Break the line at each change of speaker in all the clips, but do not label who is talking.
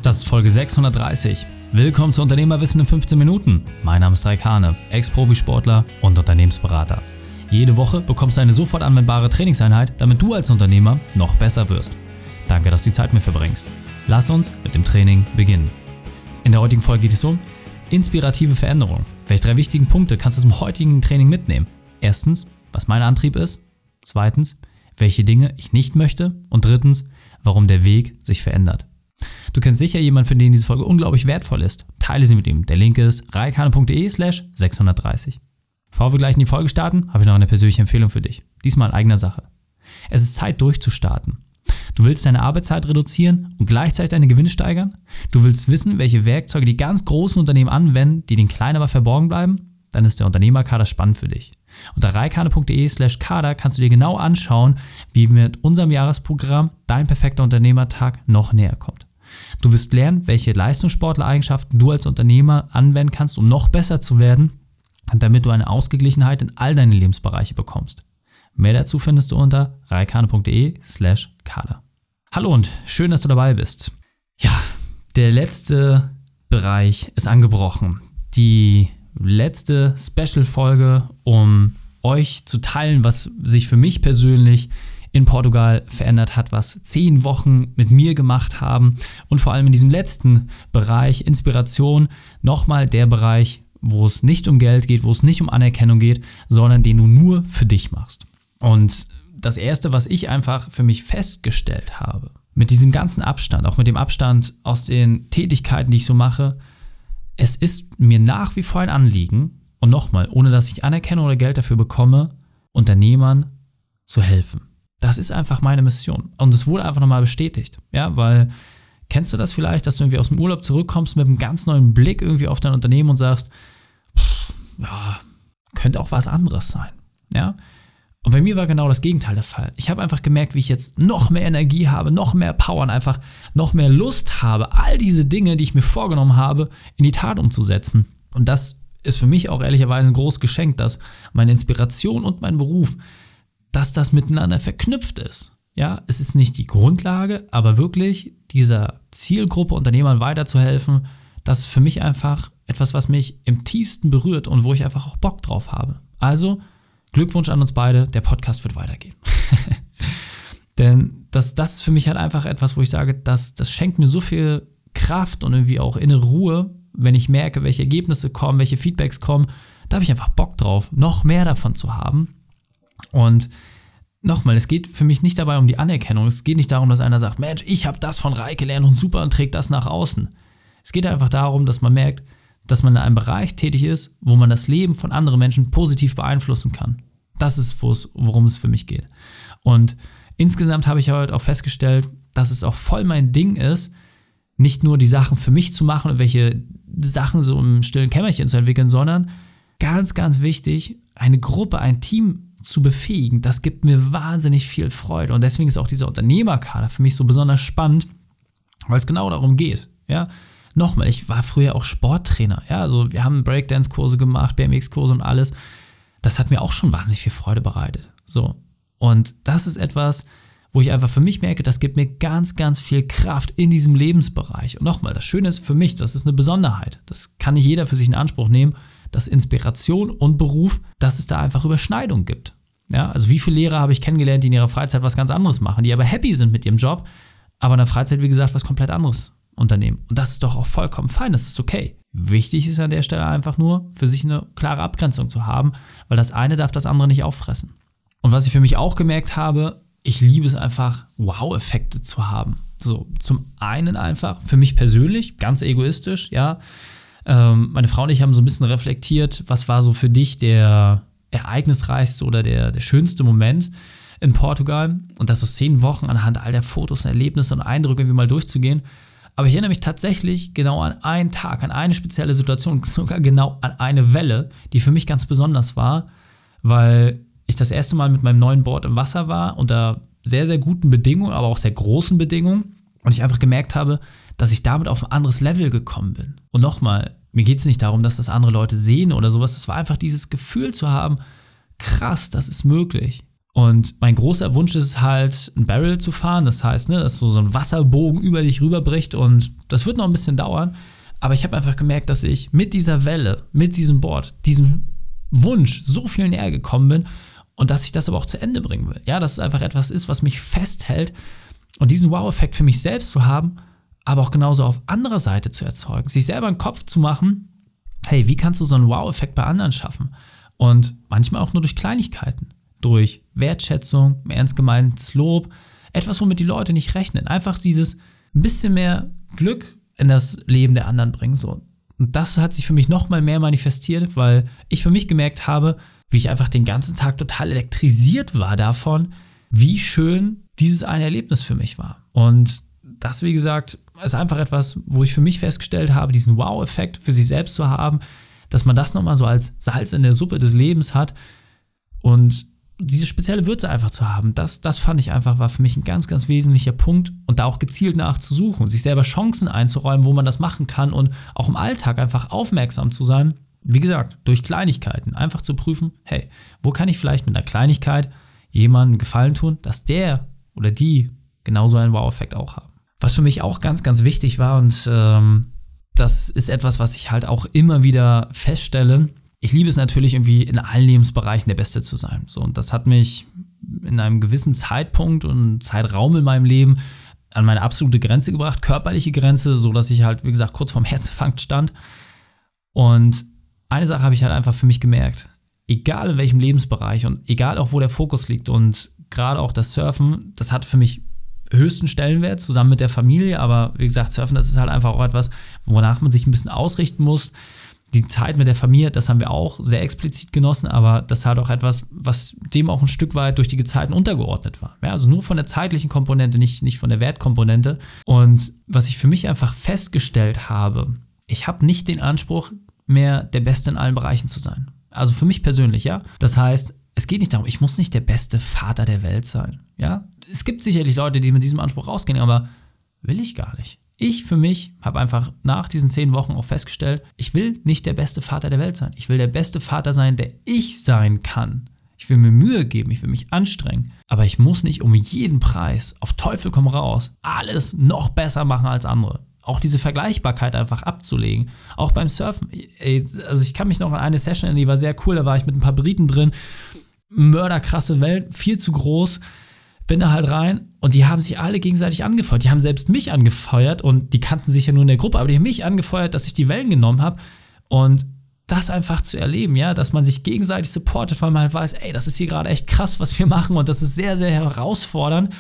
Das ist Folge 630. Willkommen zu Unternehmerwissen in 15 Minuten. Mein Name ist Raik Hane, Ex-Profisportler und Unternehmensberater. Jede Woche bekommst du eine sofort anwendbare Trainingseinheit, damit du als Unternehmer noch besser wirst. Danke, dass du die Zeit mit mir verbringst. Lass uns mit dem Training beginnen. In der heutigen Folge geht es um inspirative Veränderung. Welche 3 wichtigen Punkte kannst du zum heutigen Training mitnehmen? Erstens, was mein Antrieb ist. Zweitens, welche Dinge ich nicht möchte. Und drittens, warum der Weg sich verändert. Du kennst sicher jemanden, für den diese Folge unglaublich wertvoll ist. Teile sie mit ihm. Der Link ist raikhane.de/630. Bevor wir gleich in die Folge starten, habe ich noch eine persönliche Empfehlung für dich. Diesmal in eigener Sache. Es ist Zeit durchzustarten. Du willst deine Arbeitszeit reduzieren und gleichzeitig deine Gewinne steigern? Du willst wissen, welche Werkzeuge die ganz großen Unternehmen anwenden, die den kleinen aber verborgen bleiben? Dann ist der Unternehmerkader spannend für dich. Unter raikhane.de/kader kannst du dir genau anschauen, wie mit unserem Jahresprogramm dein perfekter Unternehmertag noch näher kommt. Du wirst lernen, welche Leistungssportler-Eigenschaften du als Unternehmer anwenden kannst, um noch besser zu werden, damit du eine Ausgeglichenheit in all deine Lebensbereiche bekommst. Mehr dazu findest du unter raikhane.de/kader. Hallo und schön, dass du dabei bist. Ja, der letzte Bereich ist angebrochen. Die letzte Special-Folge, um euch zu teilen, was sich für mich persönlich in Portugal verändert hat, was 10 Wochen mit mir gemacht haben und vor allem in diesem letzten Bereich Inspiration nochmal der Bereich, wo es nicht um Geld geht, wo es nicht um Anerkennung geht, sondern den du nur für dich machst. Und das Erste, was ich einfach für mich festgestellt habe, mit diesem ganzen Abstand, auch mit dem Abstand aus den Tätigkeiten, die ich so mache, es ist mir nach wie vor ein Anliegen, und nochmal, ohne dass ich Anerkennung oder Geld dafür bekomme, Unternehmern zu helfen. Das ist einfach meine Mission. Und es wurde einfach nochmal bestätigt. Ja, weil, kennst du das vielleicht, dass du irgendwie aus dem Urlaub zurückkommst mit einem ganz neuen Blick irgendwie auf dein Unternehmen und sagst, ja, könnte auch was anderes sein. Ja. Und bei mir war genau das Gegenteil der Fall. Ich habe einfach gemerkt, wie ich jetzt noch mehr Energie habe, noch mehr Power und einfach noch mehr Lust habe, all diese Dinge, die ich mir vorgenommen habe, in die Tat umzusetzen. Und das ist für mich auch ehrlicherweise ein großes Geschenk, dass meine Inspiration und mein Beruf, dass das miteinander verknüpft ist. Ja, es ist nicht die Grundlage, aber wirklich dieser Zielgruppe Unternehmern weiterzuhelfen, das ist für mich einfach etwas, was mich im tiefsten berührt und wo ich einfach auch Bock drauf habe. Also Glückwunsch an uns beide, der Podcast wird weitergehen. Denn das ist für mich halt einfach etwas, wo ich sage, das schenkt mir so viel Kraft und irgendwie auch innere Ruhe, wenn ich merke, welche Ergebnisse kommen, welche Feedbacks kommen. Da habe ich einfach Bock drauf, noch mehr davon zu haben. Und nochmal, es geht für mich nicht dabei um die Anerkennung. Es geht nicht darum, dass einer sagt, Mensch, ich habe das von Raik gelernt und super und trägt das nach außen. Es geht einfach darum, dass man merkt, dass man in einem Bereich tätig ist, wo man das Leben von anderen Menschen positiv beeinflussen kann. Das ist, worum es für mich geht. Und insgesamt habe ich halt auch festgestellt, dass es auch voll mein Ding ist, nicht nur die Sachen für mich zu machen und welche Sachen so im stillen Kämmerchen zu entwickeln, sondern ganz, ganz wichtig, eine Gruppe, ein Team zu befähigen. Das gibt mir wahnsinnig viel Freude. Und deswegen ist auch dieser Unternehmerkader für mich so besonders spannend, weil es genau darum geht. Ja? Nochmal, ich war früher auch Sporttrainer. Ja? Also wir haben Breakdance-Kurse gemacht, BMX-Kurse und alles. Das hat mir auch schon wahnsinnig viel Freude bereitet. So. Und das ist etwas, wo ich einfach für mich merke, das gibt mir ganz, ganz viel Kraft in diesem Lebensbereich. Und nochmal, das Schöne ist für mich, das ist eine Besonderheit. Das kann nicht jeder für sich in Anspruch nehmen, dass Inspiration und Beruf, dass es da einfach Überschneidungen gibt. Ja, also wie viele Lehrer habe ich kennengelernt, die in ihrer Freizeit was ganz anderes machen, die aber happy sind mit ihrem Job, aber in der Freizeit, wie gesagt, was komplett anderes unternehmen. Und das ist doch auch vollkommen fein, das ist okay. Wichtig ist an der Stelle einfach nur, für sich eine klare Abgrenzung zu haben, weil das eine darf das andere nicht auffressen. Und was ich für mich auch gemerkt habe, ich liebe es einfach, Wow-Effekte zu haben. So, zum einen einfach, für mich persönlich, ganz egoistisch, ja, meine Frau und ich haben so ein bisschen reflektiert, was war so für dich der ereignisreichste oder der schönste Moment in Portugal, und das aus 10 Wochen anhand all der Fotos und Erlebnisse und Eindrücke irgendwie mal durchzugehen. Aber ich erinnere mich tatsächlich genau an einen Tag, an eine spezielle Situation, sogar genau an eine Welle, die für mich ganz besonders war, weil ich das erste Mal mit meinem neuen Board im Wasser war, unter sehr, sehr guten Bedingungen, aber auch sehr großen Bedingungen, und ich einfach gemerkt habe, dass ich damit auf ein anderes Level gekommen bin. Und nochmal, mir geht es nicht darum, dass das andere Leute sehen oder sowas. Es war einfach dieses Gefühl zu haben, krass, das ist möglich. Und mein großer Wunsch ist halt, ein Barrel zu fahren. Das heißt, dass so ein Wasserbogen über dich rüberbricht. Und das wird noch ein bisschen dauern. Aber ich habe einfach gemerkt, dass ich mit dieser Welle, mit diesem Board, diesem Wunsch so viel näher gekommen bin und dass ich das aber auch zu Ende bringen will. Ja, dass es einfach etwas ist, was mich festhält und diesen Wow-Effekt für mich selbst zu haben, aber auch genauso auf anderer Seite zu erzeugen. Sich selber einen Kopf zu machen, hey, wie kannst du so einen Wow-Effekt bei anderen schaffen? Und manchmal auch nur durch Kleinigkeiten, durch Wertschätzung, ernst gemeintes Lob, etwas, womit die Leute nicht rechnen. Einfach dieses ein bisschen mehr Glück in das Leben der anderen bringen. So. Und das hat sich für mich nochmal mehr manifestiert, weil ich für mich gemerkt habe, wie ich einfach den ganzen Tag total elektrisiert war davon, wie schön dieses eine Erlebnis für mich war. Und das, wie gesagt, ist einfach etwas, wo ich für mich festgestellt habe, diesen Wow-Effekt für sich selbst zu haben, dass man das nochmal so als Salz in der Suppe des Lebens hat und diese spezielle Würze einfach zu haben, das fand ich einfach, war für mich ein ganz, ganz wesentlicher Punkt und da auch gezielt nachzusuchen und sich selber Chancen einzuräumen, wo man das machen kann und auch im Alltag einfach aufmerksam zu sein. Wie gesagt, durch Kleinigkeiten einfach zu prüfen, hey, wo kann ich vielleicht mit einer Kleinigkeit jemandem Gefallen tun, dass der oder die genauso einen Wow-Effekt auch haben. Was für mich auch ganz, ganz wichtig war und das ist etwas, was ich halt auch immer wieder feststelle. Ich liebe es natürlich irgendwie in allen Lebensbereichen der Beste zu sein. So, und das hat mich in einem gewissen Zeitpunkt und Zeitraum in meinem Leben an meine absolute Grenze gebracht, körperliche Grenze, so dass ich halt, wie gesagt, kurz vorm Herzinfarkt stand. Und eine Sache habe ich halt einfach für mich gemerkt, egal in welchem Lebensbereich und egal auch, wo der Fokus liegt und gerade auch das Surfen, das hat für mich höchsten Stellenwert, zusammen mit der Familie, aber wie gesagt, Surfen, das ist halt einfach auch etwas, wonach man sich ein bisschen ausrichten muss. Die Zeit mit der Familie, das haben wir auch sehr explizit genossen, aber das ist halt auch etwas, was dem auch ein Stück weit durch die Gezeiten untergeordnet war. Ja, also nur von der zeitlichen Komponente, nicht von der Wertkomponente. Und was ich für mich einfach festgestellt habe, ich habe nicht den Anspruch, mehr der Beste in allen Bereichen zu sein. Also für mich persönlich, ja. Das heißt, es geht nicht darum, ich muss nicht der beste Vater der Welt sein. Ja, es gibt sicherlich Leute, die mit diesem Anspruch rausgehen, aber will ich gar nicht. Ich für mich habe einfach nach diesen 10 Wochen auch festgestellt, ich will nicht der beste Vater der Welt sein. Ich will der beste Vater sein, der ich sein kann. Ich will mir Mühe geben, ich will mich anstrengen. Aber ich muss nicht um jeden Preis, auf Teufel komm raus, alles noch besser machen als andere. Auch diese Vergleichbarkeit einfach abzulegen. Auch beim Surfen. Also ich kann mich noch an eine Session erinnern, die war sehr cool, da war ich mit ein paar Briten drin. Mörderkrasse Welt, viel zu groß. Bin da halt rein und die haben sich alle gegenseitig angefeuert. Die haben selbst mich angefeuert und die kannten sich ja nur in der Gruppe, aber die haben mich angefeuert, dass ich die Wellen genommen habe. Und das einfach zu erleben, ja, dass man sich gegenseitig supportet, weil man halt weiß, ey, das ist hier gerade echt krass, was wir machen und das ist sehr, sehr herausfordernd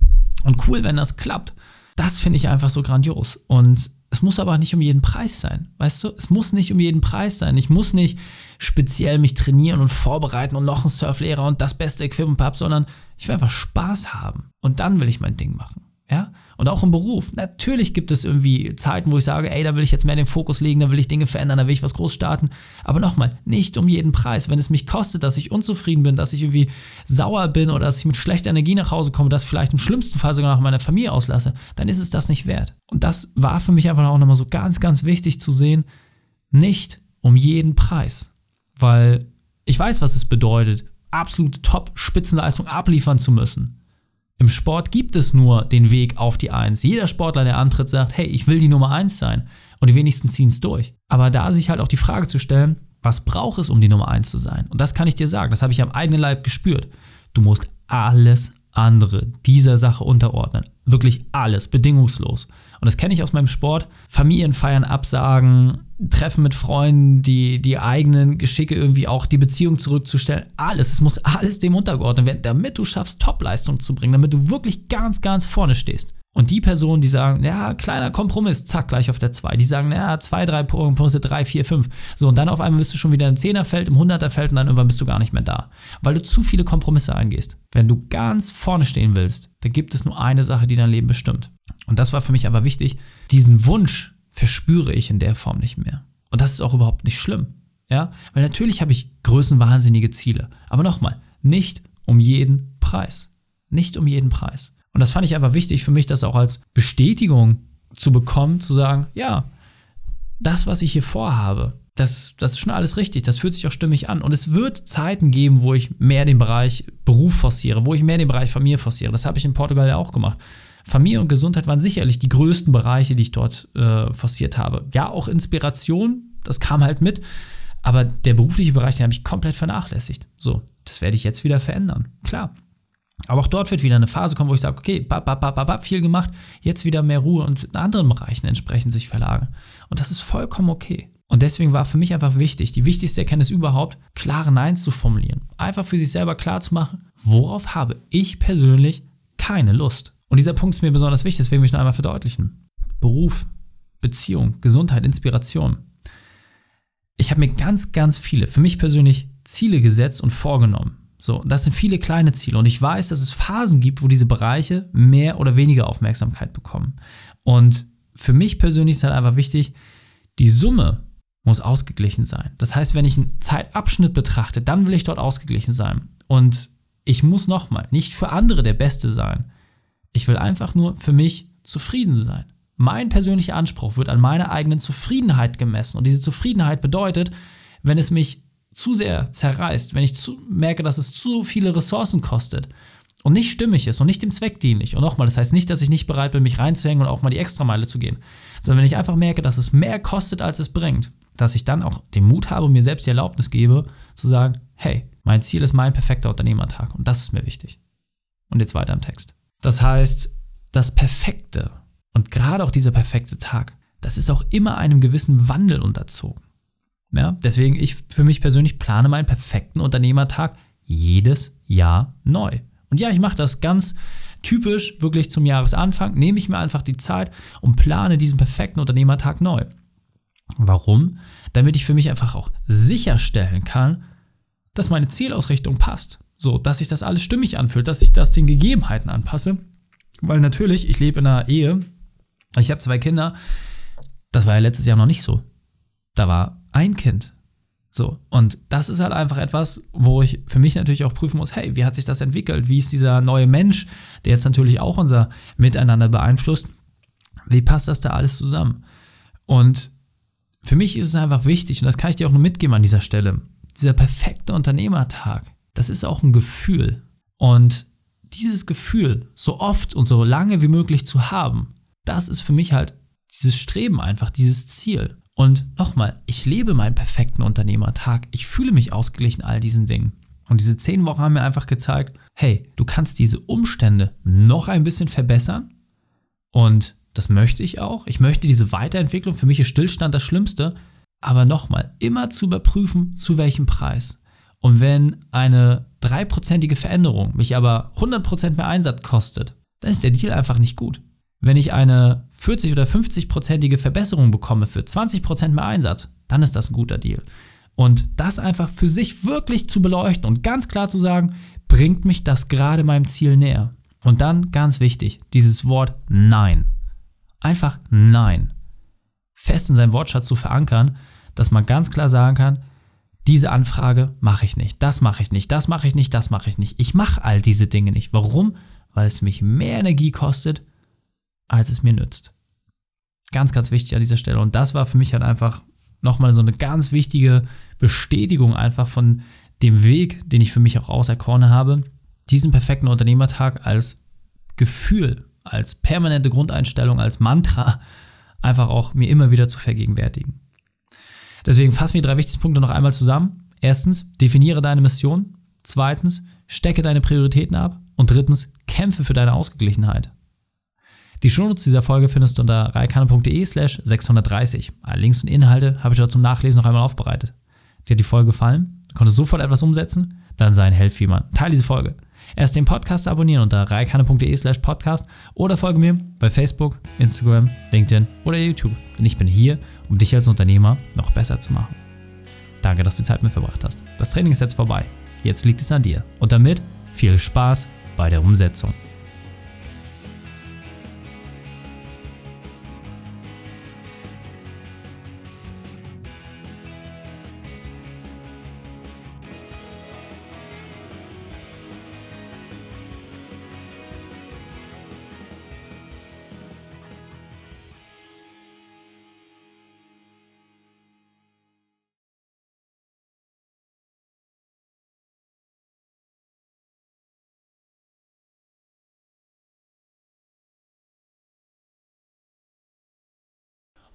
und cool, wenn das klappt. Das finde ich einfach so grandios. Und es muss aber nicht um jeden Preis sein, weißt du? Es muss nicht um jeden Preis sein. Ich muss nicht speziell mich trainieren und vorbereiten und noch einen Surflehrer und das beste Equipment haben, sondern ich will einfach Spaß haben. Und dann will ich mein Ding machen, ja? Und auch im Beruf. Natürlich gibt es irgendwie Zeiten, wo ich sage, ey, da will ich jetzt mehr den Fokus legen, da will ich Dinge verändern, da will ich was groß starten. Aber nochmal, nicht um jeden Preis. Wenn es mich kostet, dass ich unzufrieden bin, dass ich irgendwie sauer bin oder dass ich mit schlechter Energie nach Hause komme, das vielleicht im schlimmsten Fall sogar nach meiner Familie auslasse, dann ist es das nicht wert. Und das war für mich einfach auch nochmal so ganz, ganz wichtig zu sehen, nicht um jeden Preis. Weil ich weiß, was es bedeutet, absolute Top-Spitzenleistung abliefern zu müssen. Im Sport gibt es nur den Weg auf die 1. Jeder Sportler, der antritt, sagt, hey, ich will die Nummer 1 sein. Und die wenigsten ziehen es durch. Aber da sich halt auch die Frage zu stellen, was braucht es, um die Nummer 1 zu sein? Und das kann ich dir sagen, das habe ich am eigenen Leib gespürt. Du musst alles andere dieser Sache unterordnen. Wirklich alles, bedingungslos. Und das kenne ich aus meinem Sport. Familienfeiern absagen, Treffen mit Freunden, die eigenen Geschicke irgendwie auch die Beziehung zurückzustellen. Alles, es muss alles dem untergeordnet werden, damit du schaffst, Topleistung zu bringen, damit du wirklich ganz, ganz vorne stehst. Und die Personen, die sagen, ja, kleiner Kompromiss, zack, gleich auf der 2. Die sagen, ja, 2, 3 Kompromisse, 3, 4, 5. So, und dann auf einmal bist du schon wieder im 10er-Feld, im 100er-Feld und dann irgendwann bist du gar nicht mehr da. Weil du zu viele Kompromisse eingehst. Wenn du ganz vorne stehen willst, da gibt es nur eine Sache, die dein Leben bestimmt. Und das war für mich aber wichtig. Diesen Wunsch verspüre ich in der Form nicht mehr. Und das ist auch überhaupt nicht schlimm. Ja? Weil natürlich habe ich größenwahnsinnige Ziele. Aber nochmal, nicht um jeden Preis. Nicht um jeden Preis. Und das fand ich einfach wichtig für mich, das auch als Bestätigung zu bekommen, zu sagen, ja, das, was ich hier vorhabe, das ist schon alles richtig, das fühlt sich auch stimmig an. Und es wird Zeiten geben, wo ich mehr den Bereich Beruf forciere, wo ich mehr den Bereich Familie forciere. Das habe ich in Portugal ja auch gemacht. Familie und Gesundheit waren sicherlich die größten Bereiche, die ich dort forciert habe. Ja, auch Inspiration, das kam halt mit, aber der berufliche Bereich, den habe ich komplett vernachlässigt. So, das werde ich jetzt wieder verändern, klar. Aber auch dort wird wieder eine Phase kommen, wo ich sage, okay, viel gemacht, jetzt wieder mehr Ruhe und in anderen Bereichen entsprechend sich verlagern. Und das ist vollkommen okay. Und deswegen war für mich einfach wichtig, die wichtigste Erkenntnis überhaupt, klare Neins zu formulieren. Einfach für sich selber klar zu machen, worauf habe ich persönlich keine Lust. Und dieser Punkt ist mir besonders wichtig, deswegen will ich noch einmal verdeutlichen. Beruf, Beziehung, Gesundheit, Inspiration. Ich habe mir ganz, ganz viele, für mich persönlich, Ziele gesetzt und vorgenommen. So, das sind viele kleine Ziele und ich weiß, dass es Phasen gibt, wo diese Bereiche mehr oder weniger Aufmerksamkeit bekommen. Und für mich persönlich ist halt einfach wichtig, die Summe muss ausgeglichen sein. Das heißt, wenn ich einen Zeitabschnitt betrachte, dann will ich dort ausgeglichen sein. Und ich muss nochmal nicht für andere der Beste sein. Ich will einfach nur für mich zufrieden sein. Mein persönlicher Anspruch wird an meiner eigenen Zufriedenheit gemessen. Und diese Zufriedenheit bedeutet, wenn es mich zu sehr zerreißt, wenn ich merke, dass es zu viele Ressourcen kostet und nicht stimmig ist und nicht dem Zweck dienlich. Und nochmal, das heißt nicht, dass ich nicht bereit bin, mich reinzuhängen und auch mal die Extrameile zu gehen, sondern wenn ich einfach merke, dass es mehr kostet, als es bringt, dass ich dann auch den Mut habe und mir selbst die Erlaubnis gebe, zu sagen, hey, mein Ziel ist mein perfekter Unternehmertag und das ist mir wichtig. Und jetzt weiter im Text. Das heißt, das Perfekte und gerade auch dieser perfekte Tag, das ist auch immer einem gewissen Wandel unterzogen. Ja, deswegen, ich für mich persönlich plane meinen perfekten Unternehmertag jedes Jahr neu. Und ja, ich mache das ganz typisch, wirklich zum Jahresanfang, nehme ich mir einfach die Zeit und plane diesen perfekten Unternehmertag neu. Warum? Damit ich für mich einfach auch sicherstellen kann, dass meine Zielausrichtung passt. So, dass sich das alles stimmig anfühlt, dass ich das den Gegebenheiten anpasse. Weil natürlich, ich lebe in einer Ehe, ich habe 2 Kinder, das war ja letztes Jahr noch nicht so. Da war ein Kind. So, und das ist halt einfach etwas, wo ich für mich natürlich auch prüfen muss, hey, wie hat sich das entwickelt? Wie ist dieser neue Mensch, der jetzt natürlich auch unser Miteinander beeinflusst, wie passt das da alles zusammen? Und für mich ist es einfach wichtig, und das kann ich dir auch nur mitgeben an dieser Stelle, dieser perfekte Unternehmertag, das ist auch ein Gefühl. Und dieses Gefühl so oft und so lange wie möglich zu haben, das ist für mich halt dieses Streben einfach, dieses Ziel. Und nochmal, ich lebe meinen perfekten Unternehmertag. Ich fühle mich ausgeglichen all diesen Dingen. Und diese 10 Wochen haben mir einfach gezeigt, hey, du kannst diese Umstände noch ein bisschen verbessern. Und das möchte ich auch. Ich möchte diese Weiterentwicklung. Für mich ist Stillstand das Schlimmste. Aber nochmal, immer zu überprüfen, zu welchem Preis. Und wenn eine 3%ige Veränderung mich aber 100% mehr Einsatz kostet, dann ist der Deal einfach nicht gut. Wenn ich eine 40- oder 50%ige Verbesserung bekomme für 20% mehr Einsatz, dann ist das ein guter Deal. Und das einfach für sich wirklich zu beleuchten und ganz klar zu sagen, bringt mich das gerade meinem Ziel näher. Und dann, ganz wichtig, dieses Wort Nein. Einfach Nein. Fest in seinem Wortschatz zu verankern, dass man ganz klar sagen kann, diese Anfrage mache ich nicht, das mache ich nicht, das mache ich nicht, das mache ich nicht. Ich mache all diese Dinge nicht. Warum? Weil es mich mehr Energie kostet, als es mir nützt. Ganz, ganz wichtig an dieser Stelle. Und das war für mich halt einfach nochmal so eine ganz wichtige Bestätigung einfach von dem Weg, den ich für mich auch auserkoren habe, diesen perfekten Unternehmertag als Gefühl, als permanente Grundeinstellung, als Mantra einfach auch mir immer wieder zu vergegenwärtigen. Deswegen fassen wir die 3 wichtigsten Punkte noch einmal zusammen. 1. Definiere deine Mission. 2. Stecke deine Prioritäten ab. Und 3. Kämpfe für deine Ausgeglichenheit. Die Shownotes dieser Folge findest du unter reikane.de/630. Alle Links und Inhalte habe ich dort zum Nachlesen noch einmal aufbereitet. Dir hat die Folge gefallen? Du konntest sofort etwas umsetzen? Dann sei ein Held für jemanden. Teile diese Folge. Erst den Podcast abonnieren unter reikane.de/podcast oder folge mir bei Facebook, Instagram, LinkedIn oder YouTube. Denn ich bin hier, um dich als Unternehmer noch besser zu machen. Danke, dass du die Zeit mit verbracht hast. Das Training ist jetzt vorbei. Jetzt liegt es an dir. Und damit viel Spaß bei der Umsetzung.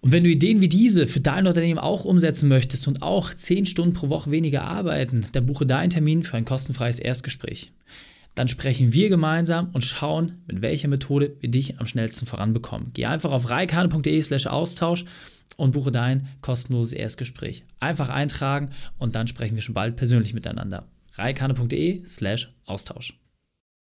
Und wenn du Ideen wie diese für dein Unternehmen auch umsetzen möchtest und auch 10 Stunden pro Woche weniger arbeiten, dann buche deinen Termin für ein kostenfreies Erstgespräch. Dann sprechen wir gemeinsam und schauen, mit welcher Methode wir dich am schnellsten voranbekommen. Geh einfach auf reikane.de/Austausch und buche dein kostenloses Erstgespräch. Einfach eintragen und dann sprechen wir schon bald persönlich miteinander. reikane.de/Austausch.